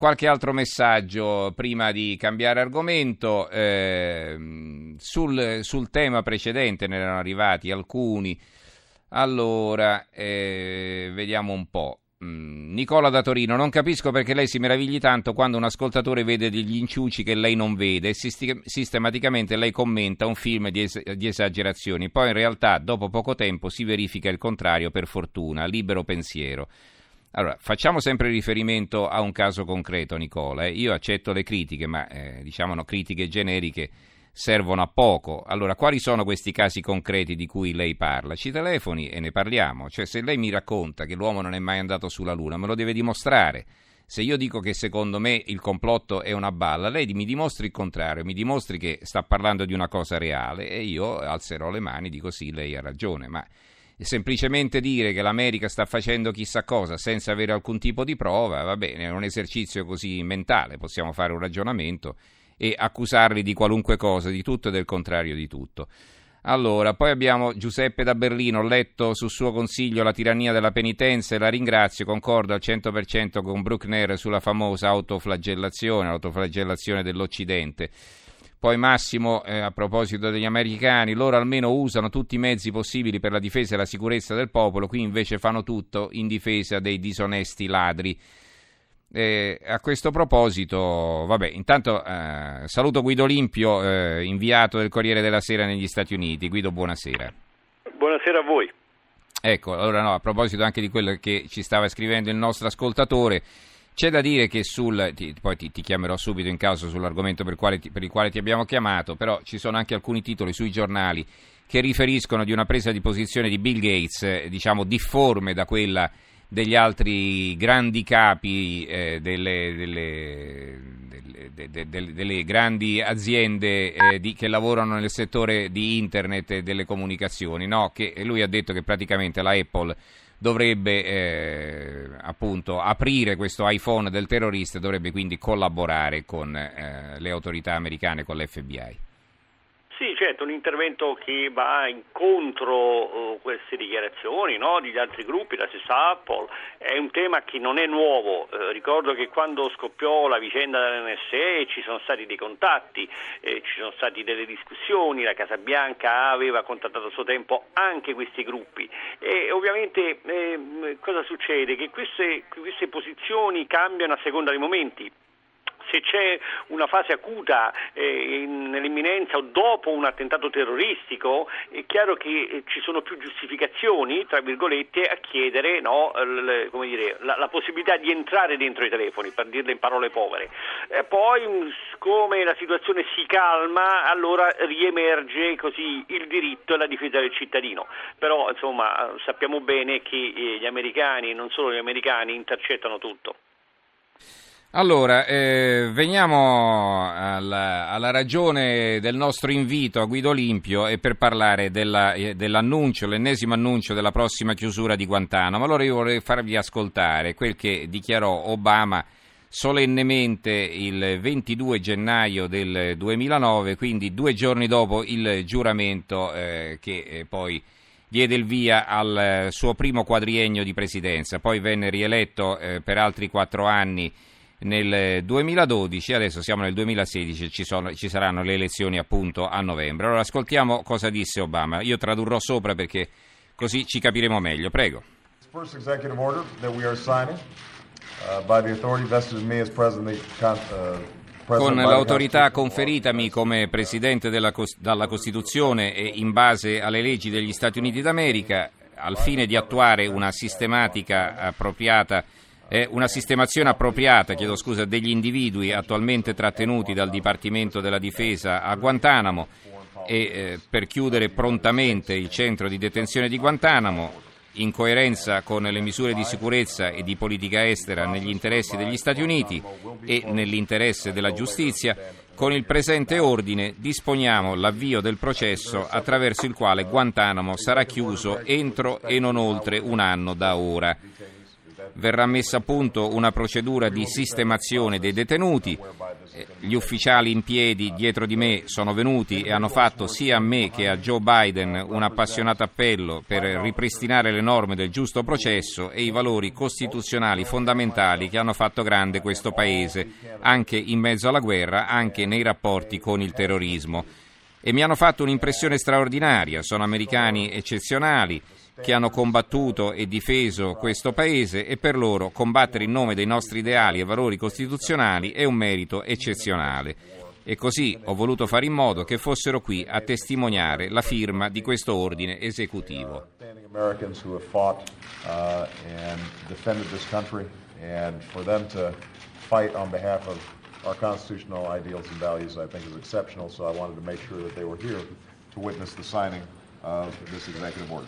Qualche altro messaggio prima di cambiare argomento. Sul tema precedente ne erano arrivati alcuni. Allora, vediamo un po'. Nicola da Torino: non capisco perché lei si meravigli tanto quando un ascoltatore vede degli inciuci che lei non vede e sistematicamente lei commenta un film di esagerazioni. Poi in realtà dopo poco tempo si verifica il contrario, per fortuna. Libero pensiero. Allora, facciamo sempre riferimento a un caso concreto, Nicola. Io accetto le critiche, ma critiche generiche servono a poco. Allora, quali sono questi casi concreti di cui lei parla? Ci telefoni e ne parliamo. Cioè, se lei mi racconta che l'uomo non è mai andato sulla Luna, me lo deve dimostrare. Se io dico che secondo me il complotto è una balla, lei mi dimostri il contrario, mi dimostri che sta parlando di una cosa reale e io alzerò le mani e dico sì, lei ha ragione, ma semplicemente dire che l'America sta facendo chissà cosa senza avere alcun tipo di prova, va bene, è un esercizio così mentale, possiamo fare un ragionamento e accusarli di qualunque cosa, di tutto e del contrario di tutto. Allora, poi abbiamo Giuseppe da Berlino: ho letto su suo consiglio La tirannia della penitenza e la ringrazio, concordo al 100% con Bruckner sulla famosa autoflagellazione dell'Occidente. Poi Massimo, a proposito degli americani, loro almeno usano tutti i mezzi possibili per la difesa e la sicurezza del popolo, qui invece fanno tutto in difesa dei disonesti ladri. A questo proposito, intanto saluto Guido Limpio, inviato del Corriere della Sera negli Stati Uniti. Guido, buonasera. Buonasera a voi. Ecco, allora a proposito anche di quello che ci stava scrivendo il nostro ascoltatore, c'è da dire che poi ti chiamerò subito in causa sull'argomento per il quale ti abbiamo chiamato, però ci sono anche alcuni titoli sui giornali che riferiscono di una presa di posizione di Bill Gates, difforme da quella degli altri grandi capi delle grandi aziende che lavorano nel settore di internet e delle comunicazioni, no? Che lui ha detto che praticamente la Apple dovrebbe appunto aprire questo iPhone del terrorista e dovrebbe quindi collaborare con le autorità americane, con l'FBI. Sì, certo, un intervento che va incontro queste dichiarazioni, no, di altri gruppi, la stessa Apple. È un tema che non è nuovo. Ricordo che quando scoppiò la vicenda dell'NSA ci sono stati dei contatti, ci sono state delle discussioni, la Casa Bianca aveva contattato a suo tempo anche questi gruppi e ovviamente cosa succede? Che queste posizioni cambiano a seconda dei momenti. Se c'è una fase acuta nell'imminenza o dopo un attentato terroristico, è chiaro che ci sono più giustificazioni, tra virgolette, a chiedere la possibilità di entrare dentro i telefoni, per dirle in parole povere. Poi, come la situazione si calma, allora riemerge così il diritto e la difesa del cittadino. Però, insomma, sappiamo bene che gli americani, e non solo gli americani, intercettano tutto. Allora, veniamo alla ragione del nostro invito a Guido Limpio e per parlare dell'annuncio, l'ennesimo annuncio della prossima chiusura di Guantanamo. Allora io vorrei farvi ascoltare quel che dichiarò Obama solennemente il 22 gennaio del 2009, quindi 2 giorni dopo il giuramento che poi diede il via al suo primo quadriennio di presidenza. Poi venne rieletto per altri 4 anni nel 2012, adesso siamo nel 2016 e ci saranno le elezioni appunto a novembre. Allora ascoltiamo cosa disse Obama. Io tradurrò sopra perché così ci capiremo meglio. Prego. First executive order that we are signing by the authority vested in me as president con l'autorità conferitami come Presidente dalla Costituzione e in base alle leggi degli Stati Uniti d'America, al fine di attuare una sistemazione appropriata degli individui attualmente trattenuti dal Dipartimento della Difesa a Guantanamo e per chiudere prontamente il centro di detenzione di Guantanamo, in coerenza con le misure di sicurezza e di politica estera negli interessi degli Stati Uniti e nell'interesse della giustizia. Con il presente ordine disponiamo l'avvio del processo attraverso il quale Guantanamo sarà chiuso entro e non oltre 1 anno da ora. Verrà messa a punto una procedura di sistemazione dei detenuti gli ufficiali in piedi dietro di me sono venuti e hanno fatto sia a me che a Joe Biden un appassionato appello per ripristinare le norme del giusto processo e i valori costituzionali fondamentali che hanno fatto grande questo Paese, anche in mezzo alla guerra, anche nei rapporti con il terrorismo. E mi hanno fatto un'impressione straordinaria, sono americani eccezionali, che hanno combattuto e difeso questo Paese e per loro combattere in nome dei nostri ideali e valori costituzionali è un merito eccezionale. E così ho voluto fare in modo che fossero qui a testimoniare la firma di questo ordine esecutivo. Our constitutional ideals and values, I think, is exceptional, so I wanted to make sure that they were here to witness the signing of this executive order.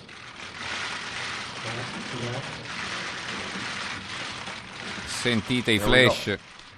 Sentite i flash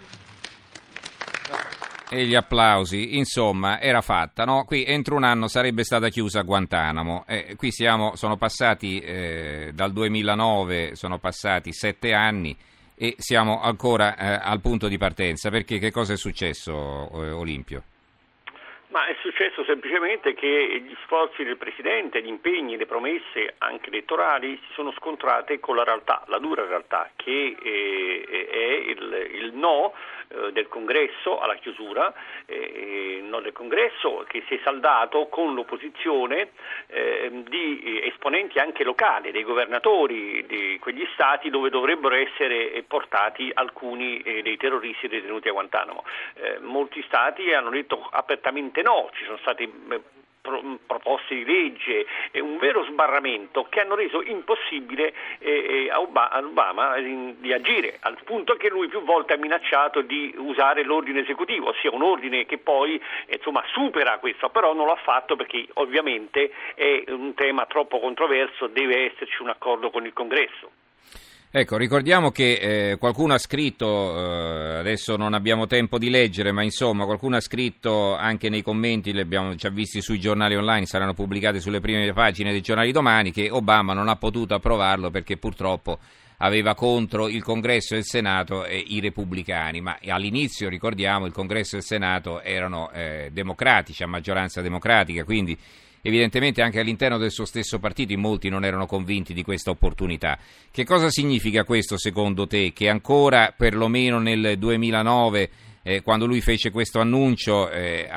e gli applausi, insomma, era fatta, no? Qui entro un anno sarebbe stata chiusa Guantanamo. Qui sono passati dal 2009, sono passati 7 anni. E siamo ancora al punto di partenza, perché che cosa è successo, Olimpio? Ma è successo semplicemente che gli sforzi del Presidente, gli impegni, le promesse anche elettorali si sono scontrate con la realtà, la dura realtà, che è il no del Congresso alla chiusura, no del Congresso che si è saldato con l'opposizione di esponenti anche locali, dei governatori di quegli stati dove dovrebbero essere portati alcuni dei terroristi detenuti a Guantanamo. Molti stati hanno detto apertamente no, ci sono stati proposte di legge, un vero sbarramento che hanno reso impossibile a Obama di agire, al punto che lui più volte ha minacciato di usare l'ordine esecutivo, ossia un ordine che poi supera questo, però non l'ha fatto perché ovviamente è un tema troppo controverso, deve esserci un accordo con il Congresso. Ecco, ricordiamo che qualcuno ha scritto, adesso non abbiamo tempo di leggere, ma insomma qualcuno ha scritto anche nei commenti, li abbiamo già visti sui giornali online, saranno pubblicati sulle prime pagine dei giornali domani, che Obama non ha potuto approvarlo perché purtroppo aveva contro il Congresso e il Senato i repubblicani, ma all'inizio, ricordiamo, il Congresso e il Senato erano democratici, a maggioranza democratica, quindi evidentemente anche all'interno del suo stesso partito in molti non erano convinti di questa opportunità. Che cosa significa questo secondo te? Che ancora, perlomeno nel 2009, quando lui fece questo annuncio,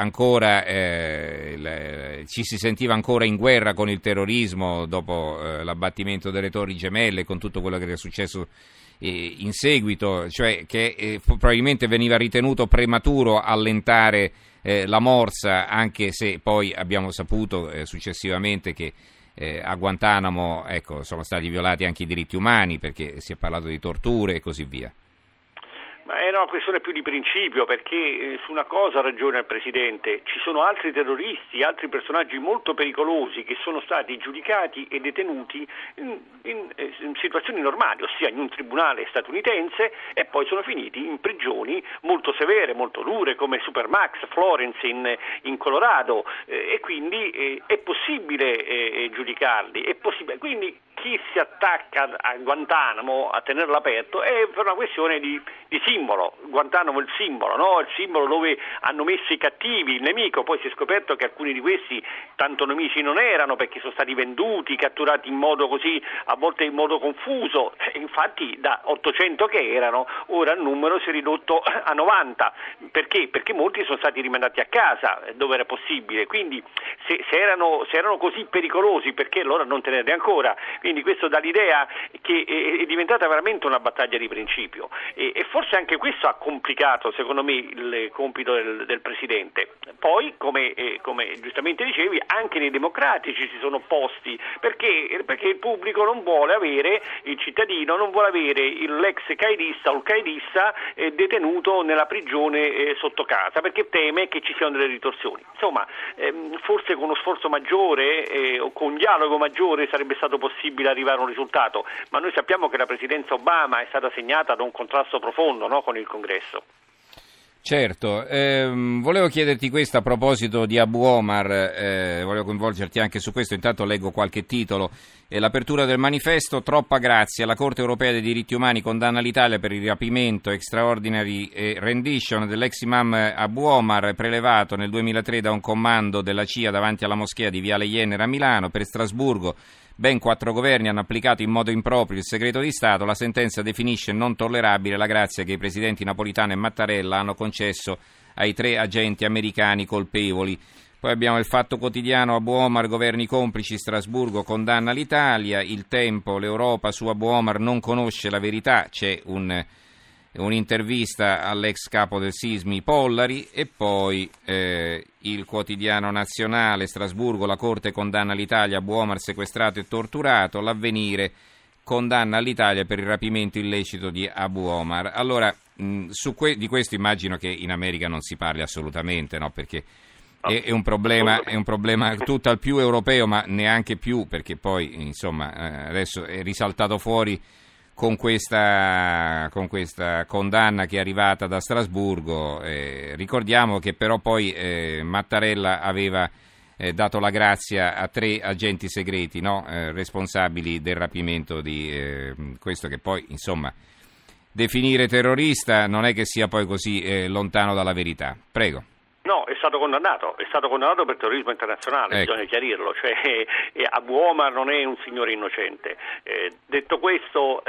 ci si sentiva ancora in guerra con il terrorismo dopo l'abbattimento delle Torri Gemelle, con tutto quello che era successo in seguito, cioè che probabilmente veniva ritenuto prematuro allentare la morsa, anche se poi abbiamo saputo successivamente che a Guantanamo sono stati violati anche i diritti umani, perché si è parlato di torture e così via. Ma era una questione più di principio, perché su una cosa ha ragione il Presidente, ci sono altri terroristi, altri personaggi molto pericolosi che sono stati giudicati e detenuti in situazioni normali, ossia in un tribunale statunitense, e poi sono finiti in prigioni molto severe, molto dure, come Supermax, Florence in Colorado, e quindi è possibile giudicarli, è possibile. Quindi chi si attacca a Guantanamo a tenerlo aperto è per una questione di simbolo. Guantanamo è il simbolo, no? Il simbolo dove hanno messo i cattivi, il nemico. Poi si è scoperto che alcuni di questi tanto nemici non erano, perché sono stati venduti, catturati in modo così, a volte in modo confuso. Infatti da 800 che erano, ora il numero si è ridotto a 90. Perché? Perché molti sono stati rimandati a casa dove era possibile. Quindi se erano così pericolosi, perché allora non tenerli ancora? Quindi questo dà l'idea che è diventata veramente una battaglia di principio, e forse anche questo ha complicato, secondo me, il compito del Presidente. Poi, come giustamente dicevi, anche nei democratici si sono opposti, perché il pubblico non vuole avere, il cittadino non vuole avere l'ex qaedista o il qaedista detenuto nella prigione sotto casa, perché teme che ci siano delle ritorsioni. Insomma, forse con uno sforzo maggiore o con un dialogo maggiore sarebbe stato possibile arrivare a un risultato, ma noi sappiamo che la presidenza Obama è stata segnata da un contrasto profondo, no, con il Congresso. Certo, volevo chiederti questo a proposito di Abu Omar, volevo coinvolgerti anche su questo, intanto leggo qualche titolo. L'apertura del manifesto, troppa grazia, la Corte Europea dei Diritti Umani condanna l'Italia per il rapimento extraordinary rendition dell'ex imam Abu Omar, prelevato nel 2003 da un comando della CIA davanti alla moschea di Viale Jenner a Milano. Per Strasburgo ben 4 governi hanno applicato in modo improprio il segreto di Stato. La sentenza definisce non tollerabile la grazia che i presidenti Napolitano e Mattarella hanno concesso ai 3 agenti americani colpevoli. Poi abbiamo il Fatto Quotidiano, Abu Omar, governi complici, Strasburgo condanna l'Italia. Il Tempo, l'Europa su Abu Omar non conosce la verità, c'è un'intervista all'ex capo del Sismi Pollari. E poi il Quotidiano Nazionale, Strasburgo, la Corte condanna l'Italia, Abu Omar sequestrato e torturato. L'Avvenire condanna l'Italia per il rapimento illecito di Abu Omar. Allora, di questo immagino che in America non si parli assolutamente, no? Perché è un problema tutt'al più europeo, ma neanche più, perché poi insomma adesso è risaltato fuori con questa condanna che è arrivata da Strasburgo. Ricordiamo che però poi Mattarella aveva dato la grazia a 3 agenti segreti, no? Responsabili del rapimento di questo, che poi insomma definire terrorista non è che sia poi così lontano dalla verità. Prego. No, è stato condannato per terrorismo internazionale, ecco. Bisogna chiarirlo, cioè Abu Omar non è un signore innocente. Detto questo,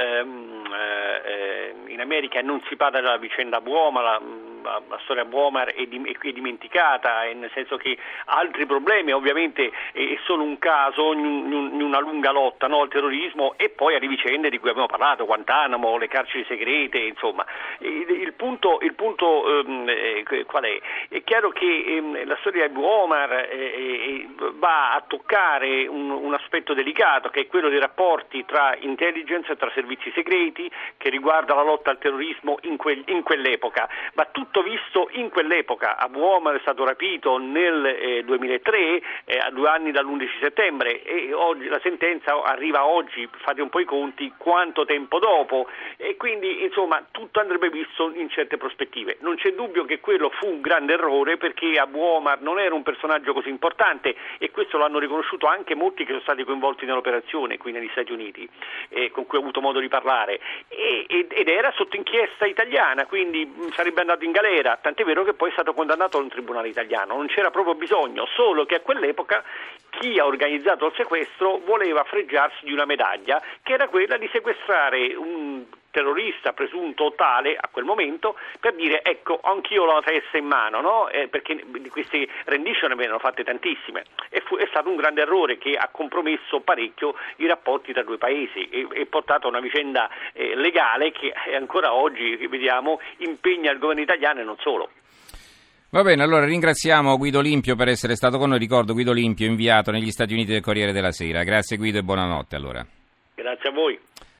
in America non si parla della vicenda Abu Omar, la storia Abu Omar è dimenticata, nel senso che altri problemi, ovviamente è solo un caso in una lunga lotta, no, al terrorismo, e poi alle vicende di cui abbiamo parlato, Guantanamo, le carceri segrete, insomma. Il punto qual è? È chiaro che la storia di Abu Omar va a toccare un aspetto delicato, che è quello dei rapporti tra intelligence e tra servizi segreti, che riguarda la lotta al terrorismo in quell'epoca. Va tutto visto in quell'epoca. Abu Omar è stato rapito nel 2003, a 2 anni dall'11 settembre, e oggi la sentenza arriva oggi, fate un po' i conti, quanto tempo dopo, e quindi insomma tutto andrebbe visto in certe prospettive. Non c'è dubbio che quello fu un grande errore, perché Abu Omar non era un personaggio così importante, e questo l'hanno riconosciuto anche molti che sono stati coinvolti nell'operazione qui negli Stati Uniti, con cui ho avuto modo di parlare, ed era sotto inchiesta italiana, quindi sarebbe andato in galera, tant'è vero che poi è stato condannato a un tribunale italiano. Non c'era proprio bisogno, solo che a quell'epoca chi ha organizzato il sequestro voleva fregiarsi di una medaglia, che era quella di sequestrare un terrorista presunto tale a quel momento, per dire ecco anch'io ho la testa in mano, no? Perché di queste rendition ne vennero fatte tantissime, è stato un grande errore che ha compromesso parecchio i rapporti tra 2 paesi e portato a una vicenda legale che ancora oggi, vediamo, impegna il governo italiano e non solo. Va bene, allora ringraziamo Guido Limpio per essere stato con noi. Ricordo Guido Limpio, inviato negli Stati Uniti del Corriere della Sera. Grazie Guido e buonanotte allora. Grazie a voi.